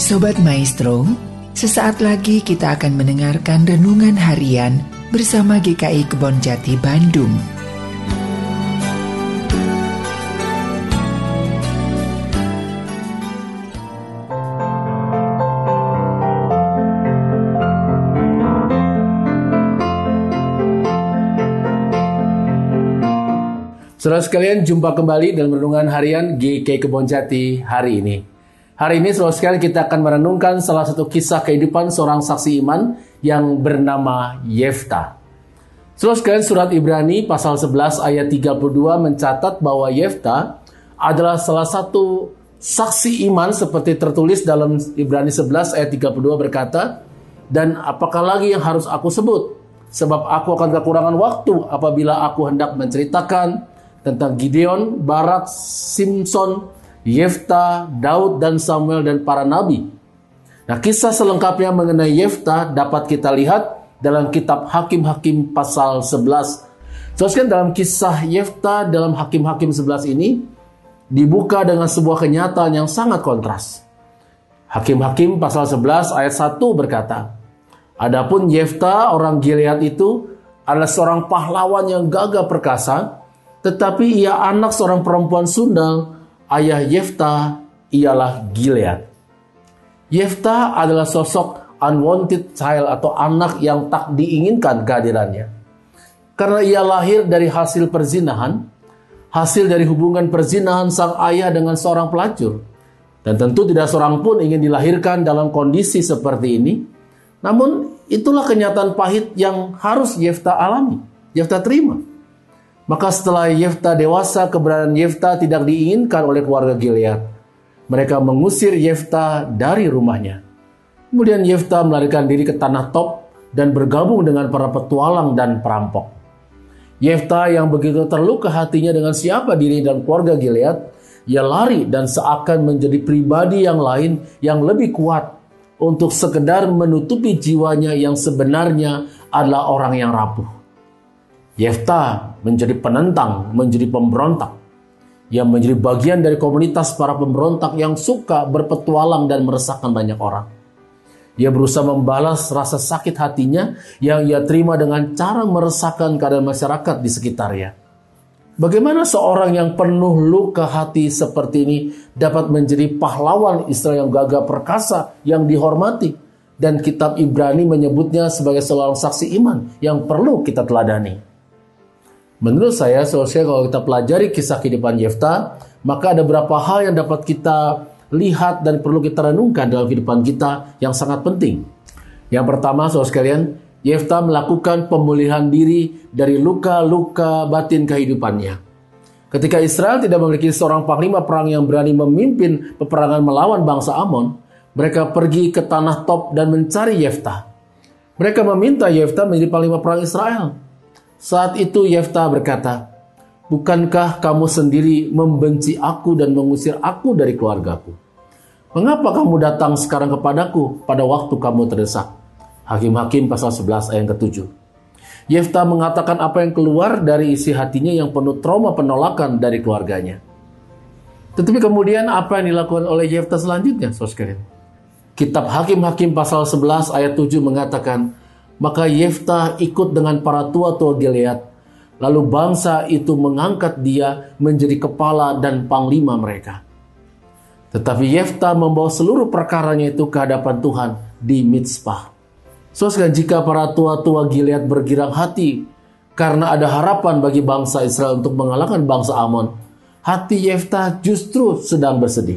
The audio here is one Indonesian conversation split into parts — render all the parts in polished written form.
Sobat Maestro, sesaat lagi kita akan mendengarkan renungan harian bersama GKI Kebonjati Bandung. Saudara sekalian, jumpa kembali dalam renungan harian GKI Kebonjati hari ini. Hari ini saudara sekalian kita akan merenungkan salah satu kisah kehidupan seorang saksi iman yang bernama Yefta. Saudara sekalian, surat Ibrani pasal 11 ayat 32 mencatat bahwa Yefta adalah salah satu saksi iman seperti tertulis dalam Ibrani 11 ayat 32 berkata, "Dan apakah lagi yang harus aku sebut? Sebab aku akan kekurangan waktu apabila aku hendak menceritakan tentang Gideon, Barak, Simson, Yefta, Daud, dan Samuel, dan para nabi." Nah, kisah selengkapnya mengenai Yefta dapat kita lihat dalam kitab Hakim-Hakim pasal 11. Teruskan dalam kisah Yefta dalam Hakim-Hakim 11 ini dibuka dengan sebuah kenyataan yang sangat kontras. Hakim-Hakim pasal 11 ayat 1 berkata, "Adapun Yefta orang Gilead itu adalah seorang pahlawan yang gagah perkasa, tetapi ia anak seorang perempuan sundal. Ayah Yefta ialah Gilead." Yefta adalah sosok unwanted child atau anak yang tak diinginkan kehadirannya. Karena ia lahir dari hasil perzinahan, hasil dari hubungan perzinahan sang ayah dengan seorang pelacur. Dan tentu tidak seorang pun ingin dilahirkan dalam kondisi seperti ini. Namun itulah kenyataan pahit yang harus Yefta alami, Yefta terima. Maka setelah Yefta dewasa, keberadaan Yefta tidak diinginkan oleh keluarga Gilead. Mereka mengusir Yefta dari rumahnya. Kemudian Yefta melarikan diri ke tanah Tob dan bergabung dengan para petualang dan perampok. Yefta yang begitu terluka hatinya dengan siapa diri dan keluarga Gilead, ia lari dan seakan menjadi pribadi yang lain yang lebih kuat untuk sekedar menutupi jiwanya yang sebenarnya adalah orang yang rapuh. Yefta menjadi penentang, menjadi pemberontak. Ia menjadi bagian dari komunitas para pemberontak yang suka berpetualang dan meresahkan banyak orang. Ia berusaha membalas rasa sakit hatinya yang ia terima dengan cara meresahkan keadaan masyarakat di sekitarnya. Bagaimana seorang yang penuh luka hati seperti ini dapat menjadi pahlawan Israel yang gagah perkasa, yang dihormati? Dan kitab Ibrani menyebutnya sebagai seorang saksi iman yang perlu kita teladani. Menurut saya, kalau kita pelajari kisah kehidupan Yefta, maka ada beberapa hal yang dapat kita lihat dan perlu kita renungkan dalam kehidupan kita yang sangat penting. Yang pertama, saudara sekalian, Yefta melakukan pemulihan diri dari luka-luka batin kehidupannya. Ketika Israel tidak memiliki seorang panglima perang yang berani memimpin peperangan melawan bangsa Amon, mereka pergi ke tanah Tob dan mencari Yefta. Mereka meminta Yefta menjadi panglima perang Israel. Saat itu Yefta berkata, "Bukankah kamu sendiri membenci aku dan mengusir aku dari keluargaku? Mengapa kamu datang sekarang kepadaku pada waktu kamu terdesak?" Hakim-Hakim pasal 11 ayat ke-7. Yefta mengatakan apa yang keluar dari isi hatinya yang penuh trauma penolakan dari keluarganya. Tetapi kemudian apa yang dilakukan oleh Yefta selanjutnya, saudara sekalian? Kitab Hakim-Hakim pasal 11 ayat 7 mengatakan, "Maka Yefta ikut dengan para tua-tua Gilead. Lalu bangsa itu mengangkat dia menjadi kepala dan panglima mereka." Tetapi Yefta membawa seluruh perkaranya itu ke hadapan Tuhan di Mizpah. Saudara, jika para tua-tua Gilead bergirang hati karena ada harapan bagi bangsa Israel untuk mengalahkan bangsa Amon, hati Yefta justru sedang bersedih.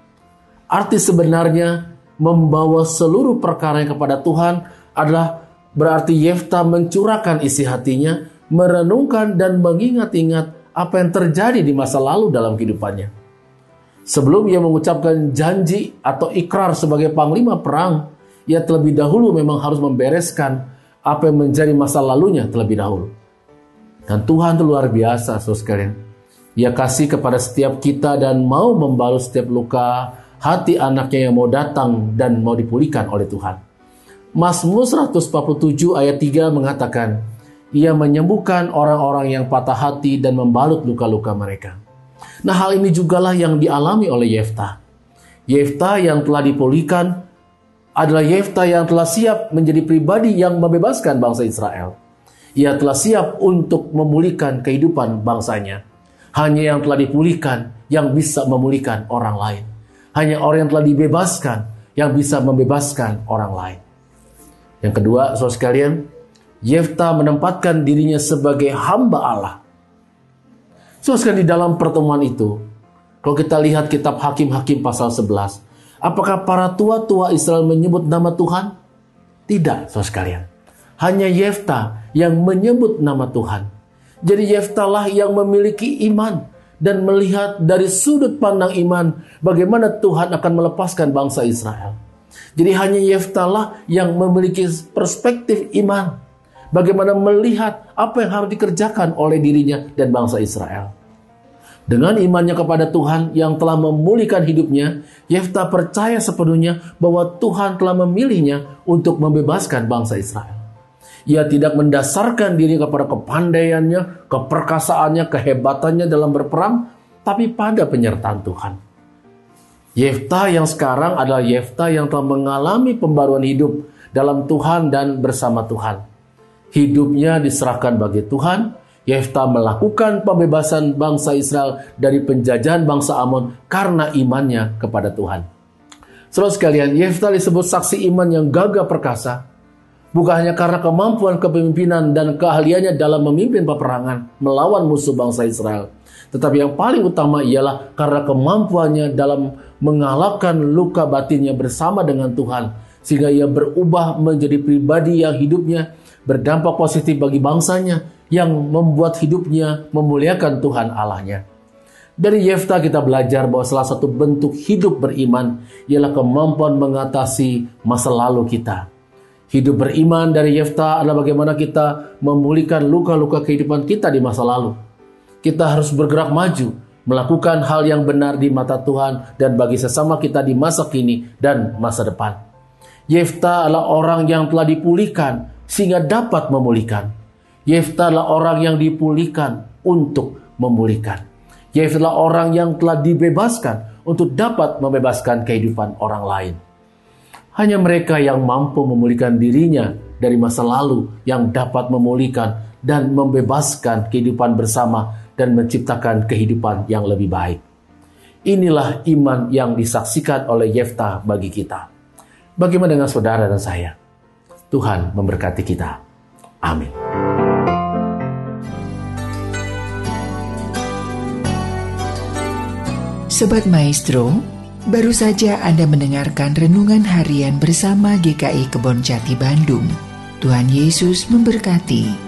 Arti sebenarnya membawa seluruh perkaranya kepada Tuhan adalah berarti Yefta mencurahkan isi hatinya, merenungkan dan mengingat-ingat apa yang terjadi di masa lalu dalam kehidupannya. Sebelum ia mengucapkan janji atau ikrar sebagai panglima perang, ia terlebih dahulu memang harus membereskan apa yang menjadi masa lalunya terlebih dahulu. Dan Tuhan itu luar biasa, saudara sekalian. Ia kasih kepada setiap kita dan mau membalas setiap luka hati anaknya yang mau datang dan mau dipulihkan oleh Tuhan. Mazmur 147 ayat 3 mengatakan, "Ia menyembuhkan orang-orang yang patah hati dan membalut luka-luka mereka." Nah, hal ini jugalah yang dialami oleh Yefta. Yefta yang telah dipulihkan adalah Yefta yang telah siap menjadi pribadi yang membebaskan bangsa Israel. Ia telah siap untuk memulihkan kehidupan bangsanya. Hanya yang telah dipulihkan yang bisa memulihkan orang lain. Hanya orang yang telah dibebaskan yang bisa membebaskan orang lain. Yang kedua, saudara sekalian, Yefta menempatkan dirinya sebagai hamba Allah. Saudara sekalian, di dalam pertemuan itu, kalau kita lihat kitab Hakim-Hakim pasal 11, apakah para tua-tua Israel menyebut nama Tuhan? Tidak, saudara sekalian. Hanya Yefta yang menyebut nama Tuhan. Jadi Yefta lah yang memiliki iman dan melihat dari sudut pandang iman bagaimana Tuhan akan melepaskan bangsa Israel. Jadi hanya Yefta lah yang memiliki perspektif iman. Bagaimana melihat apa yang harus dikerjakan oleh dirinya dan bangsa Israel. Dengan imannya kepada Tuhan yang telah memulihkan hidupnya, Yefta percaya sepenuhnya bahwa Tuhan telah memilihnya untuk membebaskan bangsa Israel. Ia tidak mendasarkan diri kepada kepandaiannya, keperkasaannya, kehebatannya dalam berperang, tapi pada penyertaan Tuhan. Yefta yang sekarang adalah Yefta yang telah mengalami pembaruan hidup dalam Tuhan dan bersama Tuhan. Hidupnya diserahkan bagi Tuhan. Yefta melakukan pembebasan bangsa Israel dari penjajahan bangsa Amon karena imannya kepada Tuhan. Saudara sekalian, Yefta disebut saksi iman yang gagah perkasa, bukan hanya karena kemampuan kepemimpinan dan keahliannya dalam memimpin peperangan melawan musuh bangsa Israel, tetapi yang paling utama ialah karena kemampuannya dalam mengalahkan luka batinnya bersama dengan Tuhan, sehingga ia berubah menjadi pribadi yang hidupnya berdampak positif bagi bangsanya, yang membuat hidupnya memuliakan Tuhan Allahnya. Dari Yefta kita belajar bahwa salah satu bentuk hidup beriman ialah kemampuan mengatasi masa lalu kita. Hidup beriman dari Yefta adalah bagaimana kita memulihkan luka-luka kehidupan kita di masa lalu. Kita harus bergerak maju, melakukan hal yang benar di mata Tuhan dan bagi sesama kita di masa kini dan masa depan. Yefta adalah orang yang telah dipulihkan sehingga dapat memulihkan. Yefta adalah orang yang dipulihkan untuk memulihkan. Yefta adalah orang yang telah dibebaskan untuk dapat membebaskan kehidupan orang lain. Hanya mereka yang mampu memulihkan dirinya dari masa lalu yang dapat memulihkan dan membebaskan kehidupan bersama dan menciptakan kehidupan yang lebih baik. Inilah iman yang disaksikan oleh Yefta bagi kita. Bagaimana dengan saudara dan saya? Tuhan memberkati kita. Amin. Sobat Maestro, baru saja Anda mendengarkan Renungan Harian bersama GKI Kebon Jati Bandung. Tuhan Yesus memberkati.